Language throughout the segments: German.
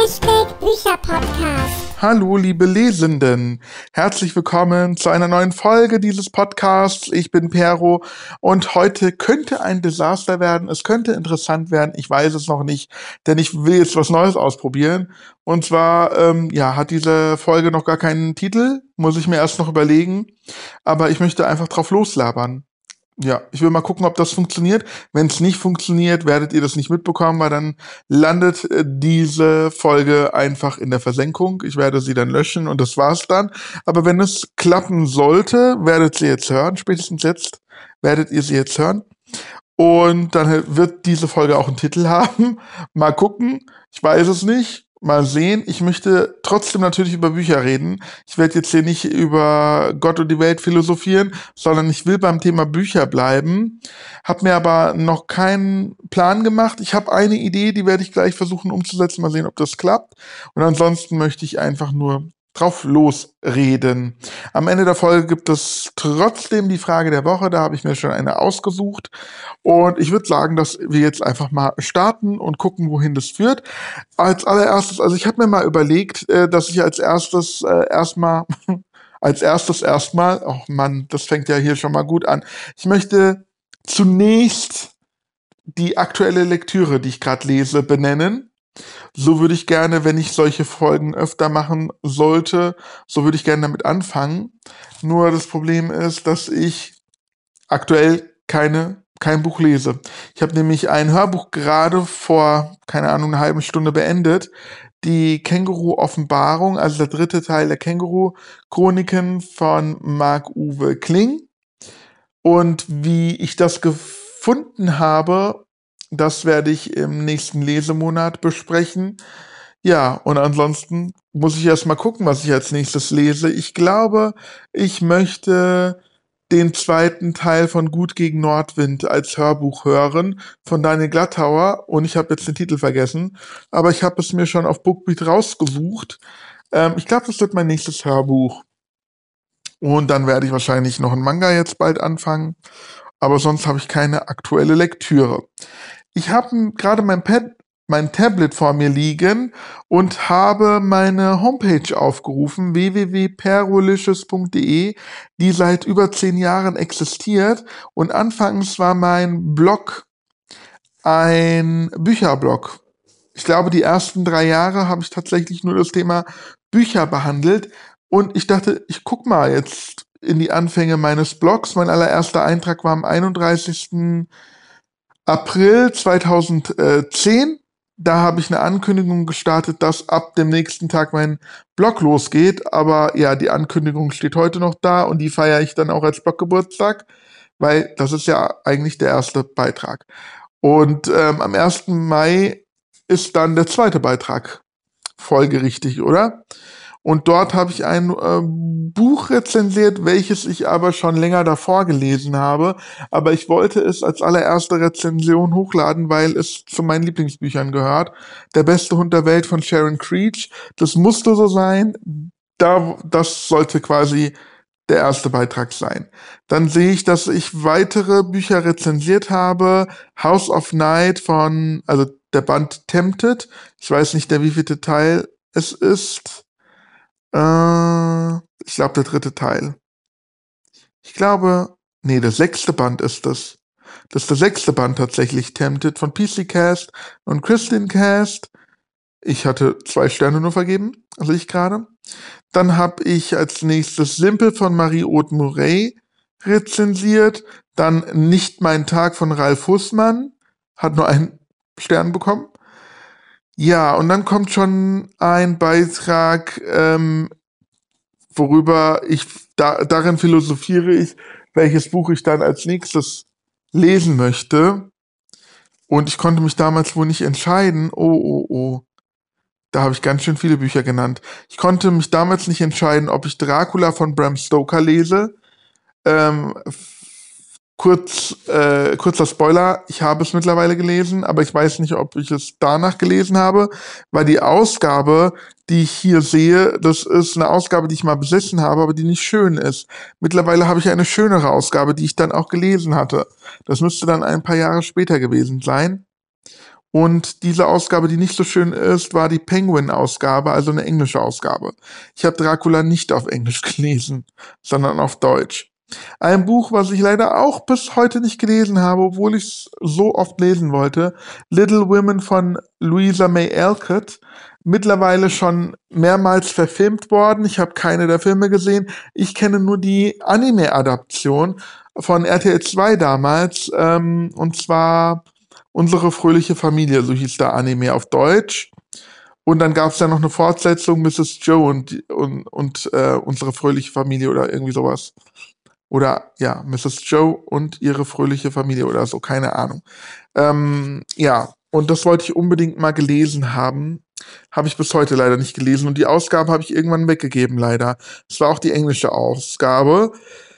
#Bücherpodcast. Hallo liebe Lesenden, herzlich willkommen zu einer neuen Folge dieses Podcasts. Ich bin Pero und heute könnte ein Desaster werden, es könnte interessant werden, ich weiß es noch nicht, denn ich will jetzt was Neues ausprobieren. Und zwar, hat diese Folge noch gar keinen Titel, muss ich mir erst noch überlegen, aber ich möchte einfach drauf loslabern. Ja, ich will mal gucken, ob das funktioniert. Wenn es nicht funktioniert, werdet ihr das nicht mitbekommen, weil dann landet diese Folge einfach in der Versenkung. Ich werde sie dann löschen und das war's dann. Aber wenn es klappen sollte, werdet ihr jetzt hören. Spätestens jetzt werdet ihr sie jetzt hören. Und dann wird diese Folge auch einen Titel haben. Mal gucken. Ich weiß es nicht. Mal sehen. Ich möchte trotzdem natürlich über Bücher reden. Ich werde jetzt hier nicht über Gott und die Welt philosophieren, sondern ich will beim Thema Bücher bleiben. Hab mir aber noch keinen Plan gemacht. Ich habe eine Idee, die werde ich gleich versuchen umzusetzen. Mal sehen, ob das klappt. Und ansonsten möchte ich einfach nur drauf losreden. Am Ende der Folge gibt es trotzdem die Frage der Woche. Da habe ich mir schon eine ausgesucht. Und ich würde sagen, dass wir jetzt einfach mal starten und gucken, wohin das führt. Als allererstes, also ich habe mir mal überlegt, dass ich als erstes erstmal, oh Mann, das fängt ja hier schon mal gut an. Ich möchte zunächst die aktuelle Lektüre, die ich gerade lese, benennen. So würde ich gerne, wenn ich solche Folgen öfter machen sollte, so würde ich gerne damit anfangen. Nur das Problem ist, dass ich aktuell kein Buch lese. Ich habe nämlich ein Hörbuch gerade vor, keine Ahnung, einer halben Stunde beendet. Die Känguru-Offenbarung, also der dritte Teil der Känguru-Chroniken von Marc-Uwe Kling. Und wie ich das gefunden habe, das werde ich im nächsten Lesemonat besprechen. Ja, und ansonsten muss ich erst mal gucken, was ich als nächstes lese. Ich glaube, ich möchte den zweiten Teil von Gut gegen Nordwind als Hörbuch hören von Daniel Glattauer. Und ich habe jetzt den Titel vergessen, aber ich habe es mir schon auf Bookbeat rausgesucht. Ich glaube, das wird mein nächstes Hörbuch. Und dann werde ich wahrscheinlich noch einen Manga jetzt bald anfangen. Aber sonst habe ich keine aktuelle Lektüre. Ich habe gerade mein Tablet vor mir liegen und habe meine Homepage aufgerufen, www.perolicious.de, die seit über 10 Jahren existiert. Und anfangs war mein Blog ein Bücherblog. Ich glaube, die ersten 3 Jahre habe ich tatsächlich nur das Thema Bücher behandelt. Und ich dachte, ich guck mal jetzt in die Anfänge meines Blogs. Mein allererster Eintrag war am 31. April 2010. Da habe ich eine Ankündigung gestartet, dass ab dem nächsten Tag mein Blog losgeht. Aber ja, die Ankündigung steht heute noch da und die feiere ich dann auch als Bloggeburtstag, weil das ist ja eigentlich der erste Beitrag. Und am 1. Mai ist dann der zweite Beitrag folgerichtig, oder? Und dort habe ich ein Buch rezensiert, welches ich aber schon länger davor gelesen habe. Aber ich wollte es als allererste Rezension hochladen, weil es zu meinen Lieblingsbüchern gehört. Der beste Hund der Welt von Sharon Creech. Das musste so sein. Das sollte quasi der erste Beitrag sein. Dann sehe ich, dass ich weitere Bücher rezensiert habe. House of Night also der Band Tempted. Ich weiß nicht, der wievielte Teil es ist. Ich glaube, der dritte Teil. Der 6. Band ist das. Das ist der 6. Band tatsächlich, Tempted, von PC Cast und Kristin Cast. Ich hatte 2 Sterne nur vergeben, also ich gerade. Dann habe ich als nächstes Simple von Marie-Aude Murray rezensiert. Dann Nicht mein Tag von Ralf Hussmann. Hat nur 1 Stern bekommen. Ja, und dann kommt schon ein Beitrag, worüber darin philosophiere ich, welches Buch ich dann als nächstes lesen möchte. Und ich konnte mich damals wohl nicht entscheiden. Oh. Da habe ich ganz schön viele Bücher genannt. Ich konnte mich damals nicht entscheiden, ob ich Dracula von Bram Stoker lese. Kurzer Spoiler, ich habe es mittlerweile gelesen, aber ich weiß nicht, ob ich es danach gelesen habe, weil die Ausgabe, die ich hier sehe, das ist eine Ausgabe, die ich mal besessen habe, aber die nicht schön ist. Mittlerweile habe ich eine schönere Ausgabe, die ich dann auch gelesen hatte. Das müsste dann ein paar Jahre später gewesen sein. Und diese Ausgabe, die nicht so schön ist, war die Penguin-Ausgabe, also eine englische Ausgabe. Ich habe Dracula nicht auf Englisch gelesen, sondern auf Deutsch. Ein Buch, was ich leider auch bis heute nicht gelesen habe, obwohl ich es so oft lesen wollte. Little Women von Louisa May Alcott. Mittlerweile schon mehrmals verfilmt worden. Ich habe keine der Filme gesehen. Ich kenne nur die Anime-Adaption von RTL 2 damals. Und zwar Unsere fröhliche Familie, so hieß der Anime auf Deutsch. Und dann gab es ja noch eine Fortsetzung, Mrs. Joe und unsere fröhliche Familie oder irgendwie sowas. Oder ja, Mrs. Joe und ihre fröhliche Familie oder so, keine Ahnung. Ja, und das wollte ich unbedingt mal gelesen haben. Habe ich bis heute leider nicht gelesen. Und die Ausgabe habe ich irgendwann weggegeben, leider. Es war auch die englische Ausgabe.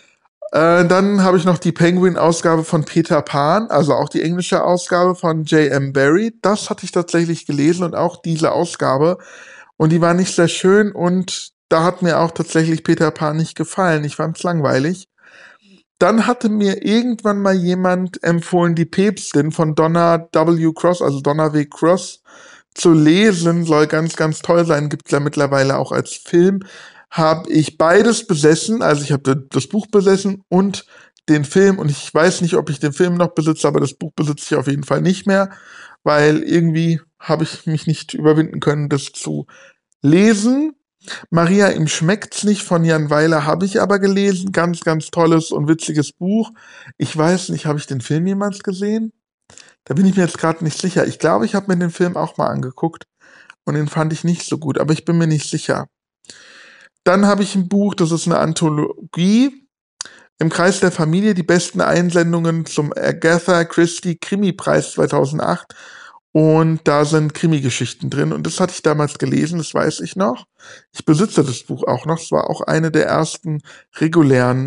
Dann habe ich noch die Penguin-Ausgabe von Peter Pan, also auch die englische Ausgabe von J.M. Barrie. Das hatte ich tatsächlich gelesen und auch diese Ausgabe. Und die war nicht sehr schön und da hat mir auch tatsächlich Peter Pan nicht gefallen. Ich fand es langweilig. Dann hatte mir irgendwann mal jemand empfohlen, die Päpstin von Donna W. Cross, also Donna W. Cross, zu lesen. Soll ganz, ganz toll sein. Gibt es ja mittlerweile auch als Film. Habe ich beides besessen. Also ich habe das Buch besessen und den Film. Und ich weiß nicht, ob ich den Film noch besitze, aber das Buch besitze ich auf jeden Fall nicht mehr, weil irgendwie habe ich mich nicht überwinden können, das zu lesen. Maria, ihm schmeckt's nicht von Jan Weiler habe ich aber gelesen. Ganz, ganz tolles und witziges Buch. Ich weiß nicht, habe ich den Film jemals gesehen? Da bin ich mir jetzt gerade nicht sicher. Ich glaube, ich habe mir den Film auch mal angeguckt und den fand ich nicht so gut, aber ich bin mir nicht sicher. Dann habe ich ein Buch, das ist eine Anthologie. Im Kreis der Familie, die besten Einsendungen zum Agatha Christie Krimi-Preis 2008. Und da sind Krimi-Geschichten drin. Und das hatte ich damals gelesen, das weiß ich noch. Ich besitze das Buch auch noch. Es war auch eine der ersten regulären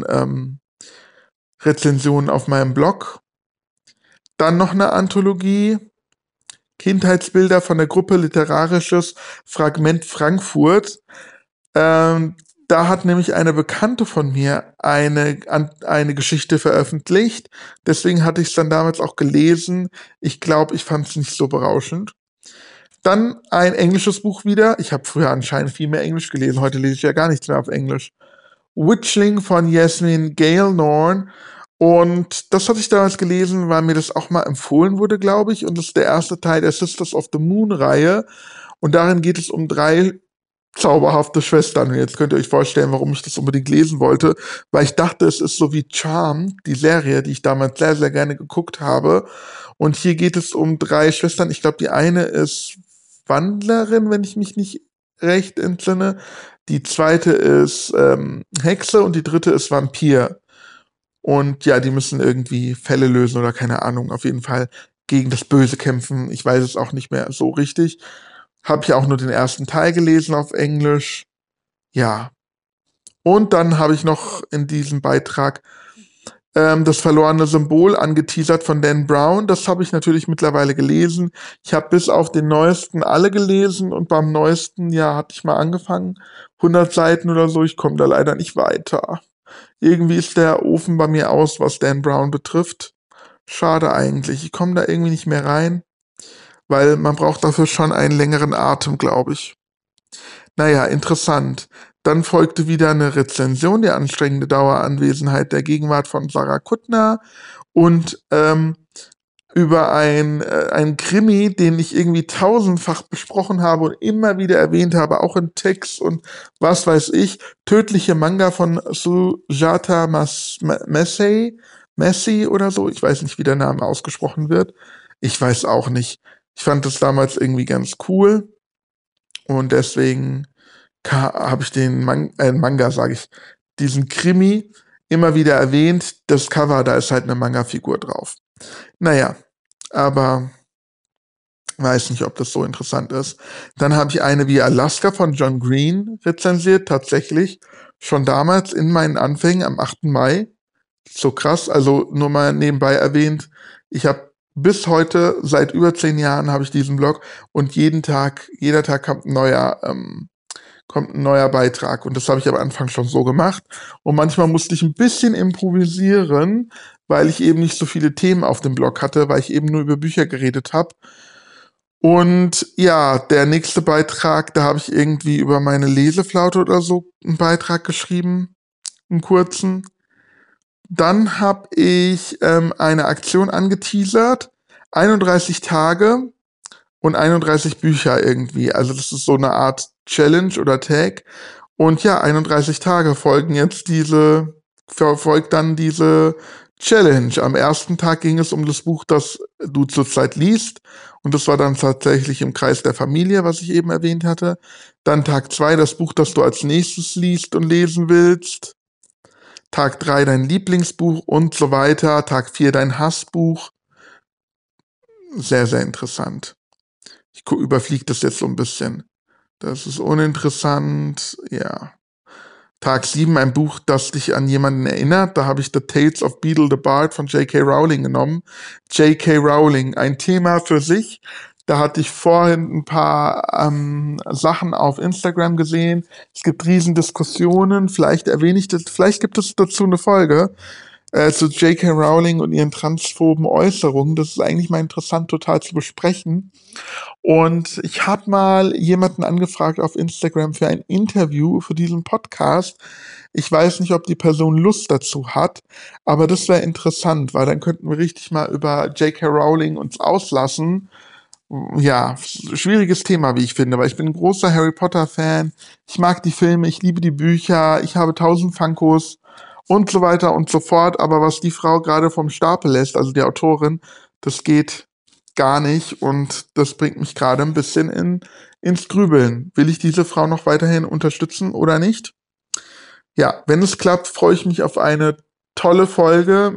Rezensionen auf meinem Blog. Dann noch eine Anthologie. Kindheitsbilder von der Gruppe Literarisches Fragment Frankfurt. Da hat nämlich eine Bekannte von mir eine Geschichte veröffentlicht. Deswegen hatte ich es dann damals auch gelesen. Ich glaube, ich fand es nicht so berauschend. Dann ein englisches Buch wieder. Ich habe früher anscheinend viel mehr Englisch gelesen. Heute lese ich ja gar nichts mehr auf Englisch. Witchling von Yasmin Gale-Norn. Und das hatte ich damals gelesen, weil mir das auch mal empfohlen wurde, glaube ich. Und das ist der erste Teil der Sisters of the Moon-Reihe. Und darin geht es um 3 zauberhafte Schwestern. Und jetzt könnt ihr euch vorstellen, warum ich das unbedingt lesen wollte, weil ich dachte, es ist so wie Charmed, die Serie, die ich damals sehr, sehr gerne geguckt habe. Und hier geht es um 3 Schwestern. Ich glaube, die eine ist Wandlerin, wenn ich mich nicht recht entsinne. Die zweite ist Hexe und die dritte ist Vampir. Und ja, die müssen irgendwie Fälle lösen oder keine Ahnung, auf jeden Fall gegen das Böse kämpfen. Ich weiß es auch nicht mehr so richtig. Habe ich auch nur den ersten Teil gelesen auf Englisch. Ja. Und dann habe ich noch in diesem Beitrag das verlorene Symbol angeteasert von Dan Brown. Das habe ich natürlich mittlerweile gelesen. Ich habe bis auf den neuesten alle gelesen und beim neuesten, ja, hatte ich mal angefangen. 100 Seiten oder so. Ich komme da leider nicht weiter. Irgendwie ist der Ofen bei mir aus, was Dan Brown betrifft. Schade eigentlich. Ich komme da irgendwie nicht mehr rein, weil man braucht dafür schon einen längeren Atem, glaube ich. Naja, interessant. Dann folgte wieder eine Rezension, die anstrengende Daueranwesenheit der Gegenwart von Sarah Kuttner und über ein Krimi, den ich irgendwie tausendfach besprochen habe und immer wieder erwähnt habe, auch in Text und was weiß ich. Tödliche Manga von Sujata Massey oder so. Ich weiß nicht, wie der Name ausgesprochen wird. Ich weiß auch nicht. Ich fand das damals irgendwie ganz cool und deswegen habe ich den Manga, sage ich, diesen Krimi immer wieder erwähnt. Das Cover, da ist halt eine Manga-Figur drauf. Naja, aber weiß nicht, ob das so interessant ist. Dann habe ich eine wie Alaska von John Green rezensiert, tatsächlich. Schon damals in meinen Anfängen am 8. Mai. So krass, also nur mal nebenbei erwähnt. Ich habe bis heute, seit über 10 Jahren habe ich diesen Blog und jeder Tag kommt ein neuer Beitrag. Und das habe ich am Anfang schon so gemacht. Und manchmal musste ich ein bisschen improvisieren, weil ich eben nicht so viele Themen auf dem Blog hatte, weil ich eben nur über Bücher geredet habe. Und ja, der nächste Beitrag, da habe ich irgendwie über meine Leseflaute oder so einen Beitrag geschrieben, einen kurzen. Dann habe ich eine Aktion angeteasert, 31 Tage und 31 Bücher irgendwie. Also das ist so eine Art Challenge oder Tag. Und ja, 31 Tage folgt dann diese Challenge. Am ersten Tag ging es um das Buch, das du zurzeit liest. Und das war dann tatsächlich im Kreis der Familie, was ich eben erwähnt hatte. Dann Tag 2 das Buch, das du als nächstes liest und lesen willst. Tag 3 dein Lieblingsbuch und so weiter. Tag 4 dein Hassbuch. Sehr, sehr interessant. Ich überfliege das jetzt so ein bisschen. Das ist uninteressant, ja. Tag 7 ein Buch, das dich an jemanden erinnert. Da habe ich The Tales of Beedle the Bard von J.K. Rowling genommen. J.K. Rowling, ein Thema für sich. Da hatte ich vorhin ein paar Sachen auf Instagram gesehen. Es gibt Riesendiskussionen. Vielleicht erwähne ich das, vielleicht gibt es dazu eine Folge zu J.K. Rowling und ihren transphoben Äußerungen. Das ist eigentlich mal interessant, total zu besprechen. Und ich habe mal jemanden angefragt auf Instagram für ein Interview für diesen Podcast. Ich weiß nicht, ob die Person Lust dazu hat, aber das wäre interessant, weil dann könnten wir richtig mal über J.K. Rowling uns auslassen. Ja, schwieriges Thema, wie ich finde, weil ich bin ein großer Harry Potter-Fan. Ich mag die Filme, ich liebe die Bücher, ich habe 1000 Funkos und so weiter und so fort. Aber was die Frau gerade vom Stapel lässt, also die Autorin, das geht gar nicht und das bringt mich gerade ein bisschen ins Grübeln. Will ich diese Frau noch weiterhin unterstützen oder nicht? Ja, wenn es klappt, freue ich mich auf eine tolle Folge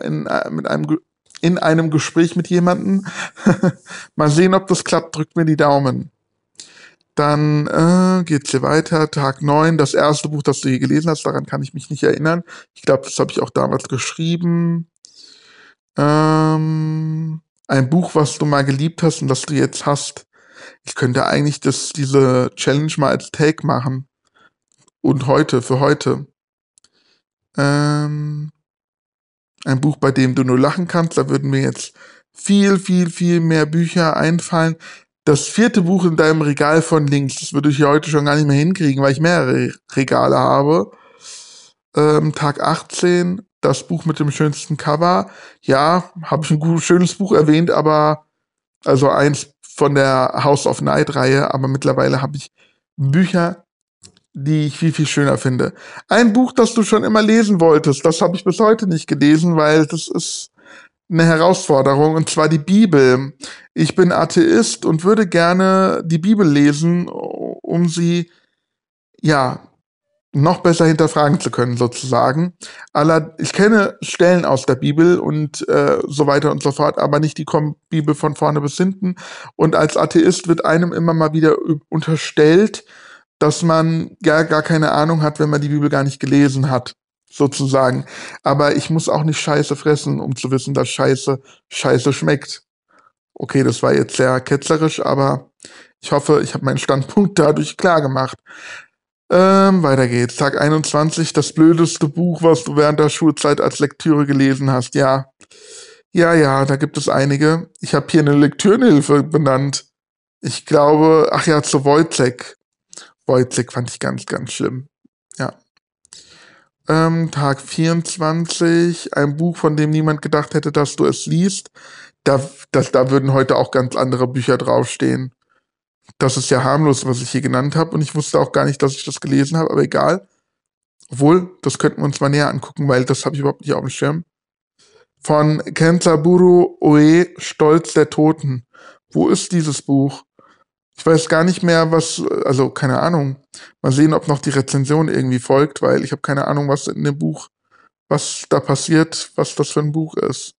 in einem Gespräch mit jemandem. Mal sehen, ob das klappt. Drückt mir die Daumen. Dann geht's hier weiter. Tag 9, das erste Buch, das du je gelesen hast. Daran kann ich mich nicht erinnern. Ich glaube, das habe ich auch damals geschrieben. Ein Buch, was du mal geliebt hast und das du jetzt hast. Ich könnte eigentlich diese Challenge mal als Take machen. Und für heute. Ein Buch, bei dem du nur lachen kannst. Da würden mir jetzt viel, viel, viel mehr Bücher einfallen. Das vierte Buch in deinem Regal von links, das würde ich ja heute schon gar nicht mehr hinkriegen, weil ich mehrere Regale habe. Tag 18, das Buch mit dem schönsten Cover. Ja, habe ich ein schönes Buch erwähnt, aber also eins von der House of Night Reihe, aber mittlerweile habe ich Bücher, die ich viel, viel schöner finde. Ein Buch, das du schon immer lesen wolltest, das habe ich bis heute nicht gelesen, weil das ist eine Herausforderung, und zwar die Bibel. Ich bin Atheist und würde gerne die Bibel lesen, um sie, ja, noch besser hinterfragen zu können, sozusagen. Ich kenne Stellen aus der Bibel und so weiter und so fort, aber nicht die Bibel von vorne bis hinten. Und als Atheist wird einem immer mal wieder unterstellt, dass man gar keine Ahnung hat, wenn man die Bibel gar nicht gelesen hat, sozusagen. Aber ich muss auch nicht Scheiße fressen, um zu wissen, dass Scheiße schmeckt. Okay, das war jetzt sehr ketzerisch, aber ich hoffe, ich habe meinen Standpunkt dadurch klar gemacht. Weiter geht's. Tag 21, das blödeste Buch, was du während der Schulzeit als Lektüre gelesen hast. Ja, ja, da gibt es einige. Ich habe hier eine Lektürenhilfe benannt. Ich glaube, ach ja, zu Wojciech. Wojciech fand ich ganz, ganz schlimm. Ja. Tag 24, ein Buch, von dem niemand gedacht hätte, dass du es liest. Da würden heute auch ganz andere Bücher draufstehen. Das ist ja harmlos, was ich hier genannt habe. Und ich wusste auch gar nicht, dass ich das gelesen habe, aber egal. Obwohl, das könnten wir uns mal näher angucken, weil das habe ich überhaupt nicht auf dem Schirm. Von Kenzaburo Oe, Stolz der Toten. Wo ist dieses Buch? Ich weiß gar nicht mehr, also keine Ahnung. Mal sehen, ob noch die Rezension irgendwie folgt, weil ich habe keine Ahnung, was in dem Buch, was da passiert, was das für ein Buch ist.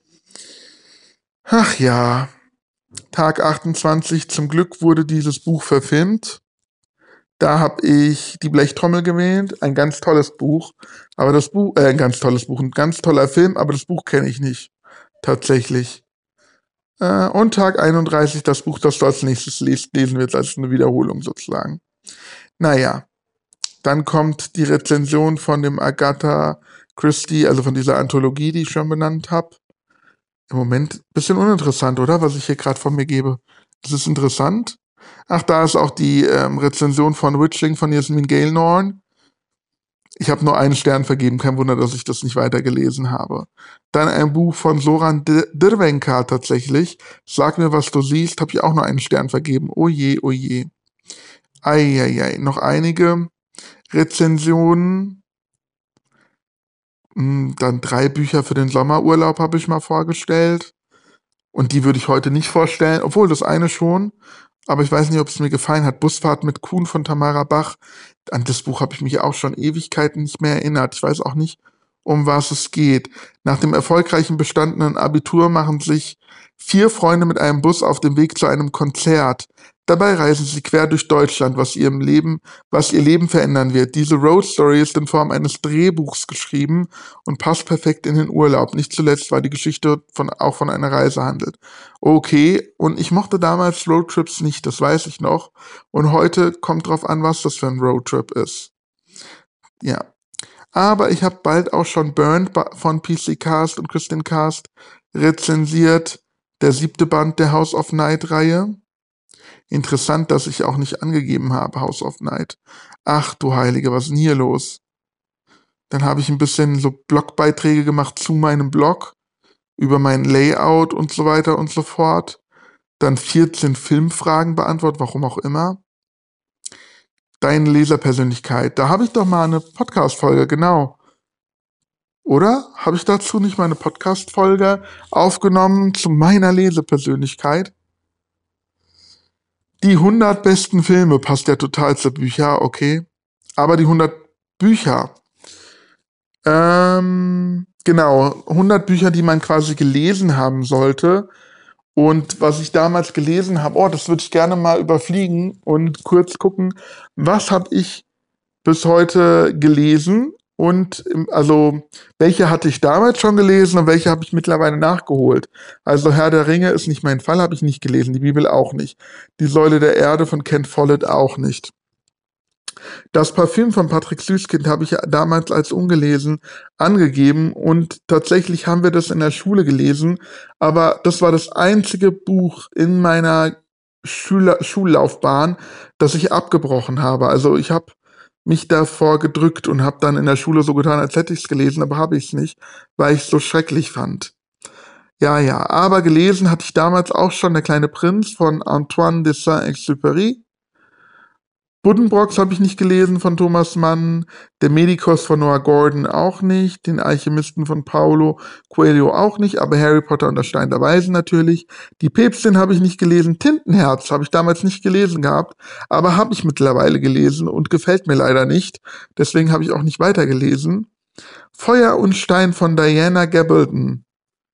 Ach ja, Tag 28, zum Glück wurde dieses Buch verfilmt. Da habe ich die Blechtrommel gewählt, ein ganz tolles Buch. Aber das Buch, ein ganz tolles Buch, ein ganz toller Film, aber das Buch kenne ich nicht. Tatsächlich. Und Tag 31, das Buch, das du als nächstes lesen wirst, als eine Wiederholung sozusagen. Naja, dann kommt die Rezension von dem Agatha Christie, also von dieser Anthologie, die ich schon benannt habe. Im Moment ein bisschen uninteressant, oder? Was ich hier gerade von mir gebe. Das ist interessant. Ach, da ist auch die Rezension von Witchling von Yasmin Galenorn. Ich habe nur einen Stern vergeben, kein Wunder, dass ich das nicht weitergelesen habe. Dann ein Buch von Soran Dirvenka tatsächlich. Sag mir, was du siehst, habe ich auch nur einen Stern vergeben. Oh je, oh je. Eieiei, noch einige Rezensionen. Dann 3 Bücher für den Sommerurlaub habe ich mal vorgestellt. Und die würde ich heute nicht vorstellen, obwohl das eine schon. Aber ich weiß nicht, ob es mir gefallen hat. Busfahrt mit Kuhn von Tamara Bach. An das Buch habe ich mich auch schon Ewigkeiten nicht mehr erinnert. Ich weiß auch nicht, um was es geht. Nach dem erfolgreichen bestandenen Abitur machen sich 4 Freunde mit einem Bus auf dem Weg zu einem Konzert. Dabei reisen sie quer durch Deutschland, was ihr Leben verändern wird. Diese Road Story ist in Form eines Drehbuchs geschrieben und passt perfekt in den Urlaub. Nicht zuletzt, weil die Geschichte auch von einer Reise handelt. Okay, und ich mochte damals Roadtrips nicht, das weiß ich noch. Und heute kommt drauf an, was das für ein Roadtrip ist. Ja. Aber ich habe bald auch schon Burned von PC Cast und Christian Cast rezensiert. Der 7. Band der House of Night-Reihe. Interessant, dass ich auch nicht angegeben habe, House of Night. Ach du Heilige, was ist denn hier los? Dann habe ich ein bisschen so Blogbeiträge gemacht zu meinem Blog, über mein Layout und so weiter und so fort. Dann 14 Filmfragen beantwortet, warum auch immer. Deine Leserpersönlichkeit, da habe ich doch mal eine Podcast-Folge, genau. Oder? Habe ich dazu nicht mal eine Podcast-Folge aufgenommen zu meiner Lesepersönlichkeit? Die 100 besten Filme passt ja total zu Bücher, okay. Aber die 100 Bücher. Genau, 100 Bücher, die man quasi gelesen haben sollte. Und was ich damals gelesen habe, das würde ich gerne mal überfliegen und kurz gucken, was habe ich bis heute gelesen und also welche hatte ich damals schon gelesen und welche habe ich mittlerweile nachgeholt. Also Herr der Ringe ist nicht mein Fall, habe ich nicht gelesen, die Bibel auch nicht. Die Säule der Erde von Ken Follett auch nicht. Das Parfüm von Patrick Süßkind habe ich damals als ungelesen angegeben und tatsächlich haben wir das in der Schule gelesen, aber das war das einzige Buch in meiner Schullaufbahn, das ich abgebrochen habe. Also ich habe mich davor gedrückt und habe dann in der Schule so getan, als hätte ich es gelesen, aber habe ich es nicht, weil ich es so schrecklich fand. Ja, ja, aber gelesen hatte ich damals auch schon Der kleine Prinz von Antoine de Saint-Exupéry. Buddenbrooks habe ich nicht gelesen von Thomas Mann, Der Medikos von Noah Gordon auch nicht, Den Alchemisten von Paulo Coelho auch nicht, aber Harry Potter und der Stein der Weisen natürlich. Die Päpstin habe ich nicht gelesen, Tintenherz habe ich damals nicht gelesen gehabt, aber habe ich mittlerweile gelesen und gefällt mir leider nicht, deswegen habe ich auch nicht weitergelesen. Feuer und Stein von Diana Gabaldon,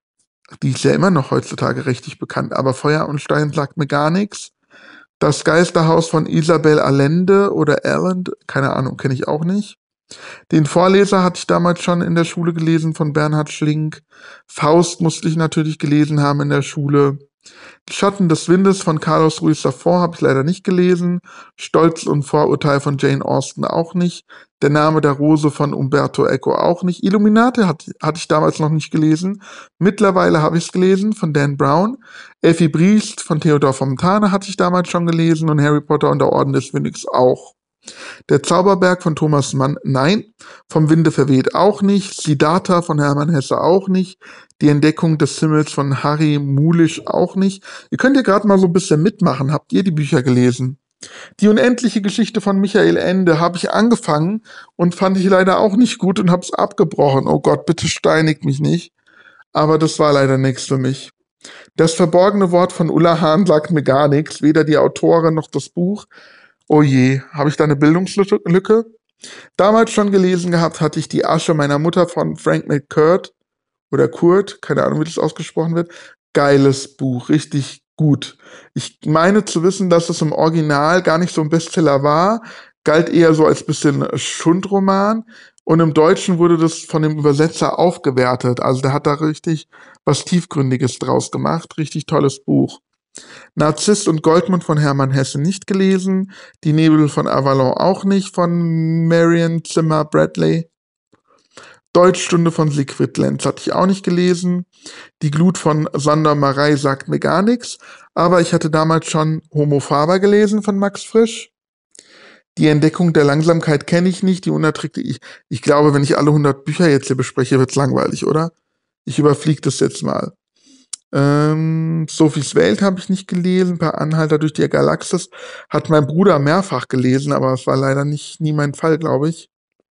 die ist ja immer noch heutzutage richtig bekannt, aber Feuer und Stein sagt mir gar nichts. Das Geisterhaus von Isabel Allende oder Allende, keine Ahnung, kenne ich auch nicht. Den Vorleser hatte ich damals schon in der Schule gelesen von Bernhard Schlink. Faust musste ich natürlich gelesen haben in der Schule. Die Schatten des Windes von Carlos Ruiz Zafón habe ich leider nicht gelesen. Stolz und Vorurteil von Jane Austen auch nicht. Der Name der Rose von Umberto Eco auch nicht. Illuminati hatte ich damals noch nicht gelesen. Mittlerweile habe ich es gelesen von Dan Brown. Effi Briest von Theodor Fontane hatte ich damals schon gelesen und Harry Potter und der Orden des Phönix auch. Der Zauberberg von Thomas Mann, nein. Vom Winde verweht auch nicht. Siddhartha von Hermann Hesse auch nicht. Die Entdeckung des Himmels von Harry Mulisch auch nicht. Ihr könnt ja gerade mal so ein bisschen mitmachen. Habt ihr die Bücher gelesen? Die unendliche Geschichte von Michael Ende habe ich angefangen und fand ich leider auch nicht gut und habe es abgebrochen. Oh Gott, bitte steinigt mich nicht. Aber das war leider nichts für mich. Das verborgene Wort von Ulla Hahn sagt mir gar nichts. Weder die Autorin noch das Buch. Oh je, habe ich da eine Bildungslücke? Damals schon gelesen gehabt hatte ich Die Asche meiner Mutter von Frank McCurt oder Kurt, keine Ahnung, wie das ausgesprochen wird. Geiles Buch, richtig gut. Ich meine zu wissen, dass es im Original gar nicht so ein Bestseller war, galt eher so als bisschen Schundroman und im Deutschen wurde das von dem Übersetzer aufgewertet. Also der hat da richtig was Tiefgründiges draus gemacht. Richtig tolles Buch. Narzisst und Goldmund von Hermann Hesse nicht gelesen. Die Nebel von Avalon auch nicht von Marion Zimmer Bradley. Deutschstunde von Siegfried Lenz hatte ich auch nicht gelesen. Die Glut von Sander Marei sagt mir gar nichts. Aber ich hatte damals schon Homo Faber gelesen von Max Frisch. Die Entdeckung der Langsamkeit kenne ich nicht. Die unerträgliche. Ich glaube, wenn ich alle 100 Bücher jetzt hier bespreche, wird's langweilig, oder? Ich überfliege das jetzt mal. Sophies Welt habe ich nicht gelesen. Per Anhalter durch die Galaxis hat mein Bruder mehrfach gelesen, aber es war leider nie mein Fall, glaube ich.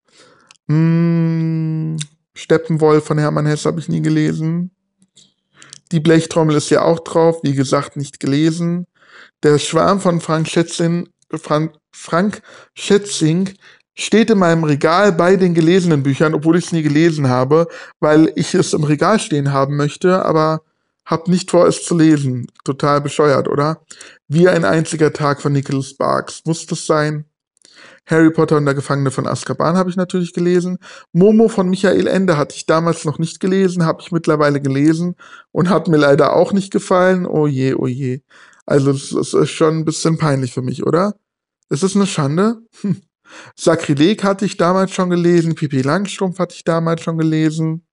Steppenwolf von Hermann Hesse habe ich nie gelesen. Die Blechtrommel ist ja auch drauf, wie gesagt, nicht gelesen. Der Schwarm von Frank Schätzing steht in meinem Regal bei den gelesenen Büchern, obwohl ich es nie gelesen habe, weil ich es im Regal stehen haben möchte, aber hab nicht vor, es zu lesen. Total bescheuert, oder? Wie ein einziger Tag von Nicholas Sparks. Muss das sein? Harry Potter und der Gefangene von Azkaban habe ich natürlich gelesen. Momo von Michael Ende hatte ich damals noch nicht gelesen, habe ich mittlerweile gelesen und hat mir leider auch nicht gefallen. Oh je, oh je. Also es ist schon ein bisschen peinlich für mich, oder? Ist es eine Schande? Sakrileg hatte ich damals schon gelesen, Pippi Langstrumpf hatte ich damals schon gelesen.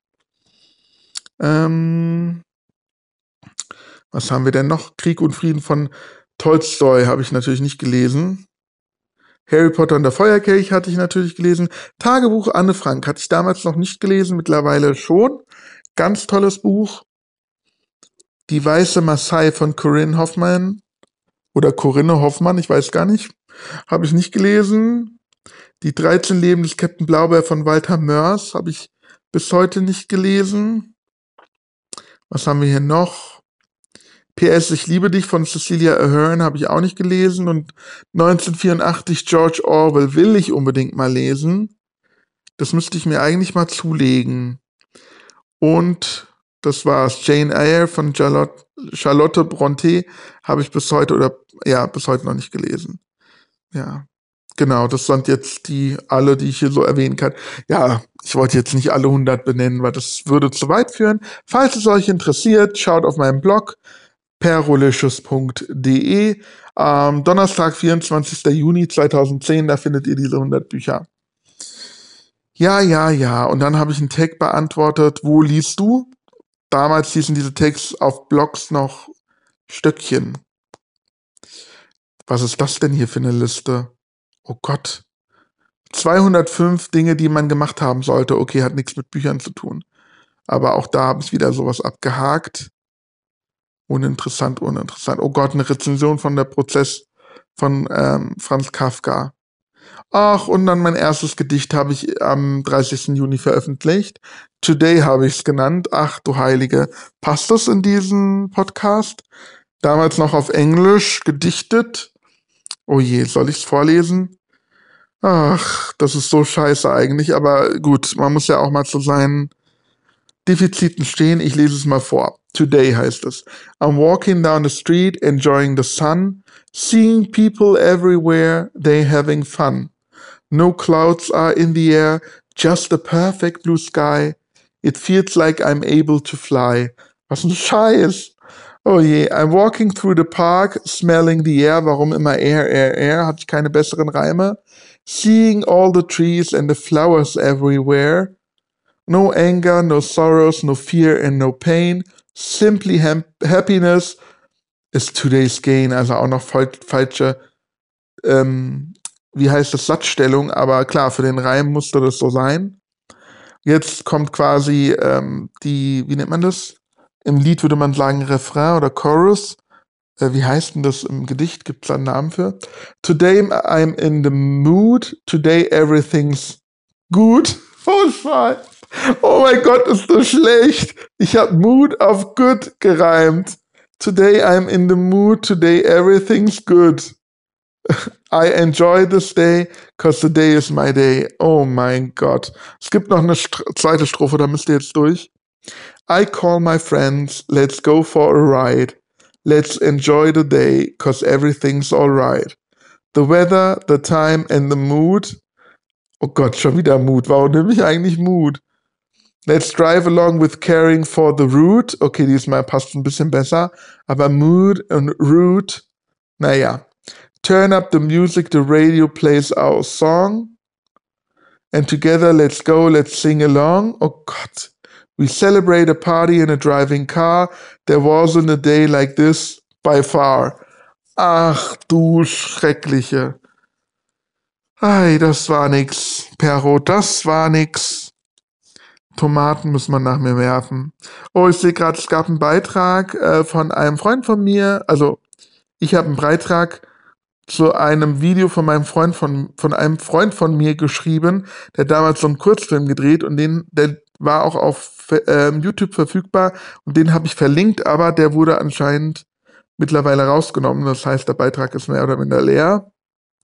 Was haben wir denn noch? Krieg und Frieden von Tolstoi habe ich natürlich nicht gelesen. Harry Potter und der Feuerkelch hatte ich natürlich gelesen. Tagebuch Anne Frank hatte ich damals noch nicht gelesen, mittlerweile schon. Ganz tolles Buch. Die weiße Maasai von Corinne Hoffmann. Oder Corinne Hoffmann, ich weiß gar nicht. Habe ich nicht gelesen. Die 13 Leben des Captain Blaubeer von Walter Mörs habe ich bis heute nicht gelesen. Was haben wir hier noch? PS, ich liebe dich von Cecilia Ahern habe ich auch nicht gelesen. Und 1984 George Orwell will ich unbedingt mal lesen. Das müsste ich mir eigentlich mal zulegen. Und das war's. Jane Eyre von Charlotte Brontë habe ich bis heute noch nicht gelesen. Ja, genau, das sind jetzt alle, die ich hier so erwähnen kann. Ja, ich wollte jetzt nicht alle 100 benennen, weil das würde zu weit führen. Falls es euch interessiert, schaut auf meinem Blog perolicious.de. Donnerstag, 24. Juni 2010, da findet ihr diese 100 Bücher. Ja. Und dann habe ich einen Tag beantwortet, wo liest du? Damals hießen diese Tags auf Blogs noch Stöckchen. Was ist das denn hier für eine Liste? Oh Gott. 205 Dinge, die man gemacht haben sollte. Okay, hat nichts mit Büchern zu tun. Aber auch da habe ich wieder sowas abgehakt. Uninteressant. Oh Gott, eine Rezension von der Prozess von Franz Kafka. Ach, und dann mein erstes Gedicht habe ich am 30. Juni veröffentlicht. Today habe ich es genannt. Ach du Heilige. Passt das in diesen Podcast? Damals noch auf Englisch gedichtet. Oh je, soll ich es vorlesen? Ach, das ist so scheiße eigentlich. Aber gut, man muss ja auch mal zu seinen Defiziten stehen. Ich lese es mal vor. Today heißt es. I'm walking down the street, enjoying the sun, seeing people everywhere, they having fun. No clouds are in the air, just a perfect blue sky. It feels like I'm able to fly. Was ein Scheiß. Oh je, I'm walking through the park, smelling the air. Warum immer Air? Hatte ich keine besseren Reime. Seeing all the trees and the flowers everywhere. No anger, no sorrows, no fear and no pain. Simply happiness is today's gain. Also auch noch falsche, wie heißt das, Satzstellung. Aber klar, für den Reim musste das so sein. Jetzt kommt quasi wie nennt man das? Im Lied würde man sagen Refrain oder Chorus. Wie heißt denn das im Gedicht? Gibt es da einen Namen für? Today I'm in the mood. Today everything's good. Furchtbar. Oh mein Gott, ist das schlecht. Ich habe Mood auf good gereimt. Today I'm in the mood. Today everything's good. I enjoy this day, cause today is my day. Oh mein Gott. Es gibt noch eine zweite Strophe, da müsst ihr jetzt durch. I call my friends, let's go for a ride. Let's enjoy the day, cause everything's alright. The weather, the time and the mood. Oh Gott, schon wieder Mood. Warum nehme ich eigentlich Mood? Let's drive along with caring for the route. Okay, diesmal passt ein bisschen besser. Aber Mood und Route, naja. Turn up the music, the radio plays our song. And together, let's go, let's sing along. Oh Gott. We celebrate a party in a driving car. There wasn't a day like this by far. Ach du Schreckliche. Ei, das war nix, Perro, das war nix. Tomaten muss man nach mir werfen. Oh, ich sehe gerade, es gab einen Beitrag von einem Freund von mir. Also, ich habe einen Beitrag zu einem Video von meinem Freund von einem Freund von mir geschrieben, der hat damals so einen Kurzfilm gedreht und der war auch auf YouTube verfügbar und den habe ich verlinkt, aber der wurde anscheinend mittlerweile rausgenommen. Das heißt, der Beitrag ist mehr oder minder leer.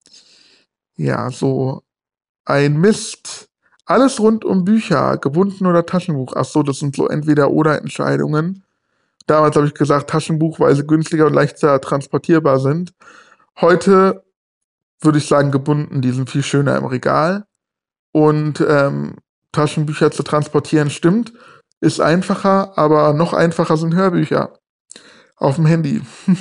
Ja, so ein Mist. Alles rund um Bücher, gebunden oder Taschenbuch. Ach so, das sind so Entweder-oder-Entscheidungen. Damals habe ich gesagt Taschenbuch, weil sie günstiger und leichter transportierbar sind. Heute würde ich sagen gebunden, die sind viel schöner im Regal. Und Taschenbücher zu transportieren, stimmt, ist einfacher, aber noch einfacher sind Hörbücher. Auf dem Handy.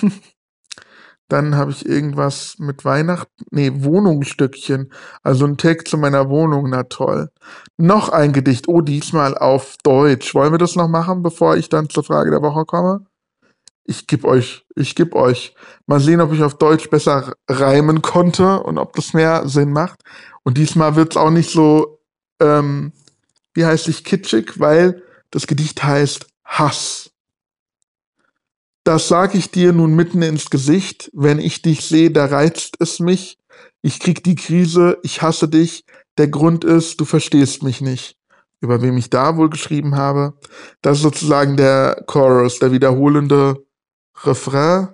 Dann habe ich irgendwas mit Weihnachten. Nee, Wohnungsstückchen. Also ein Text zu meiner Wohnung, na toll. Noch ein Gedicht. Oh, diesmal auf Deutsch. Wollen wir das noch machen, bevor ich dann zur Frage der Woche komme? Ich geb euch. Mal sehen, ob ich auf Deutsch besser reimen konnte und ob das mehr Sinn macht. Und diesmal wird's auch nicht so, wie heißt ich, kitschig, weil das Gedicht heißt Hass. Das sag ich dir nun mitten ins Gesicht. Wenn ich dich sehe, da reizt es mich. Ich krieg die Krise, ich hasse dich. Der Grund ist, du verstehst mich nicht. Über wem ich da wohl geschrieben habe. Das ist sozusagen der Chorus, der wiederholende Refrain.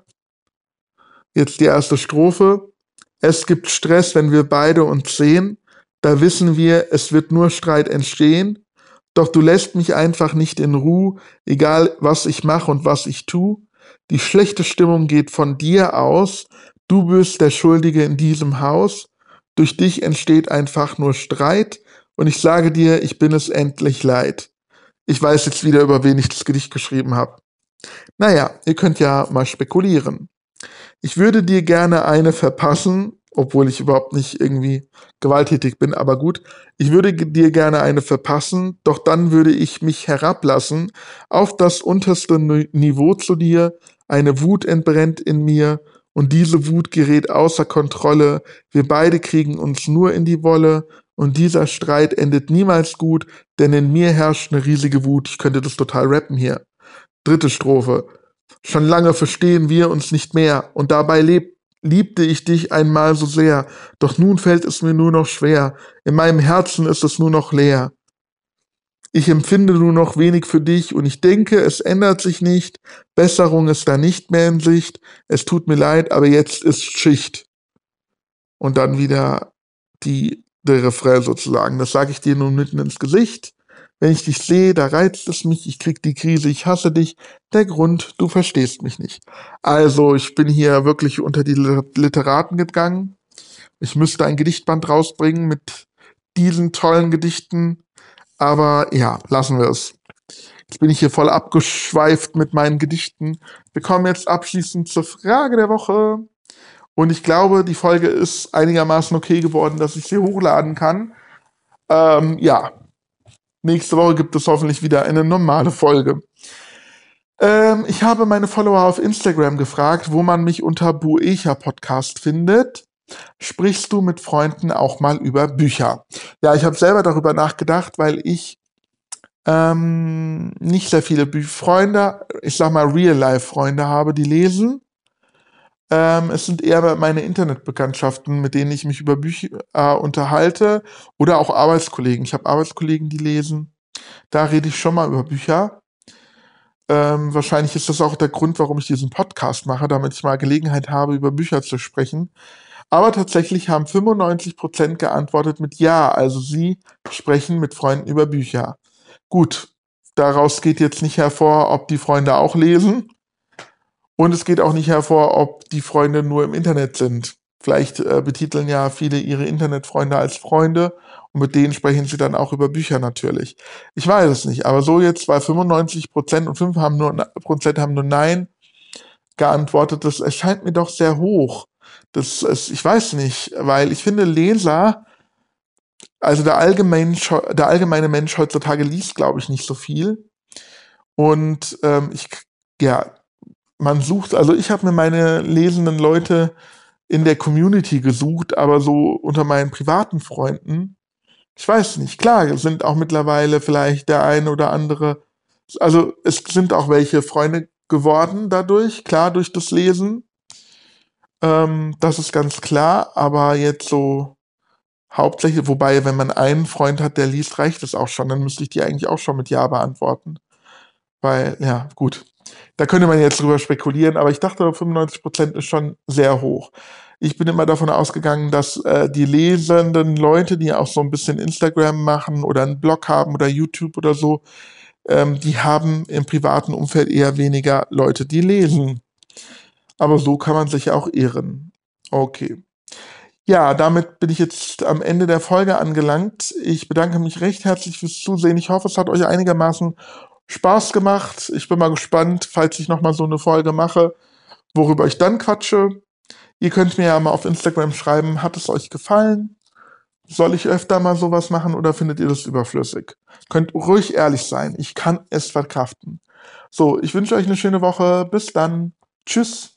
Jetzt die erste Strophe. Es gibt Stress, wenn wir beide uns sehen. Da wissen wir, es wird nur Streit entstehen. Doch du lässt mich einfach nicht in Ruhe, egal was ich mache und was ich tu. Die schlechte Stimmung geht von dir aus. Du bist der Schuldige in diesem Haus. Durch dich entsteht einfach nur Streit. Und ich sage dir, ich bin es endlich leid. Ich weiß jetzt wieder, über wen ich das Gedicht geschrieben habe. Naja, ihr könnt ja mal spekulieren. Ich würde dir gerne eine verpassen, obwohl ich überhaupt nicht irgendwie gewalttätig bin, aber gut. Ich würde dir gerne eine verpassen, doch dann würde ich mich herablassen auf das unterste Niveau zu dir. Eine Wut entbrennt in mir und diese Wut gerät außer Kontrolle. Wir beide kriegen uns nur in die Wolle und dieser Streit endet niemals gut, denn in mir herrscht eine riesige Wut. Ich könnte das total rappen hier. Dritte Strophe. Schon lange verstehen wir uns nicht mehr und dabei liebte ich dich einmal so sehr, doch nun fällt es mir nur noch schwer, in meinem Herzen ist es nur noch leer. Ich empfinde nur noch wenig für dich und ich denke, es ändert sich nicht, Besserung ist da nicht mehr in Sicht, es tut mir leid, aber jetzt ist Schicht. Und dann wieder der Refrain sozusagen, das sage ich dir nun mitten ins Gesicht. Wenn ich dich sehe, da reizt es mich, ich krieg die Krise, ich hasse dich. Der Grund, du verstehst mich nicht. Also, ich bin hier wirklich unter die Literaten gegangen. Ich müsste ein Gedichtband rausbringen mit diesen tollen Gedichten. Aber ja, lassen wir es. Jetzt bin ich hier voll abgeschweift mit meinen Gedichten. Wir kommen jetzt abschließend zur Frage der Woche. Und ich glaube, die Folge ist einigermaßen okay geworden, dass ich sie hochladen kann. Ja. Nächste Woche gibt es hoffentlich wieder eine normale Folge. Ich habe meine Follower auf Instagram gefragt, wo man mich unter Buecha Podcast findet. Sprichst du mit Freunden auch mal über Bücher? Ja, ich habe selber darüber nachgedacht, weil ich nicht sehr viele Freunde, ich sag mal Real-Life-Freunde habe, die lesen. Es sind eher meine Internetbekanntschaften, mit denen ich mich über Bücher unterhalte oder auch Arbeitskollegen. Ich habe Arbeitskollegen, die lesen. Da rede ich schon mal über Bücher. Wahrscheinlich ist das auch der Grund, warum ich diesen Podcast mache, damit ich mal Gelegenheit habe, über Bücher zu sprechen. Aber tatsächlich haben 95% geantwortet mit Ja, also sie sprechen mit Freunden über Bücher. Gut, daraus geht jetzt nicht hervor, ob die Freunde auch lesen. Und es geht auch nicht hervor, ob die Freunde nur im Internet sind. Vielleicht betiteln ja viele ihre Internetfreunde als Freunde und mit denen sprechen sie dann auch über Bücher natürlich. Ich weiß es nicht, aber so jetzt, weil 95% und 5% haben nur Nein geantwortet, das erscheint mir doch sehr hoch. Ich weiß nicht, weil ich finde, Leser Also der allgemeine Mensch heutzutage liest, glaube ich, nicht so viel. Und ja, man sucht, also ich habe mir meine lesenden Leute in der Community gesucht, aber so unter meinen privaten Freunden, ich weiß nicht, klar, es sind auch mittlerweile vielleicht der eine oder andere, also es sind auch welche Freunde geworden dadurch, klar, durch das Lesen. Das ist ganz klar, aber jetzt so hauptsächlich, wobei, wenn man einen Freund hat, der liest, reicht es auch schon. Dann müsste ich die eigentlich auch schon mit Ja beantworten. Weil, ja, gut. Da könnte man jetzt drüber spekulieren, aber ich dachte, 95% ist schon sehr hoch. Ich bin immer davon ausgegangen, dass die lesenden Leute, die auch so ein bisschen Instagram machen oder einen Blog haben oder YouTube oder so, die haben im privaten Umfeld eher weniger Leute, die lesen. Aber so kann man sich auch irren. Okay. Ja, damit bin ich jetzt am Ende der Folge angelangt. Ich bedanke mich recht herzlich fürs Zusehen. Ich hoffe, es hat euch einigermaßen Spaß gemacht. Ich bin mal gespannt, falls ich nochmal so eine Folge mache, worüber ich dann quatsche. Ihr könnt mir ja mal auf Instagram schreiben, hat es euch gefallen? Soll ich öfter mal sowas machen oder findet ihr das überflüssig? Könnt ruhig ehrlich sein. Ich kann es verkraften. So, ich wünsche euch eine schöne Woche. Bis dann. Tschüss.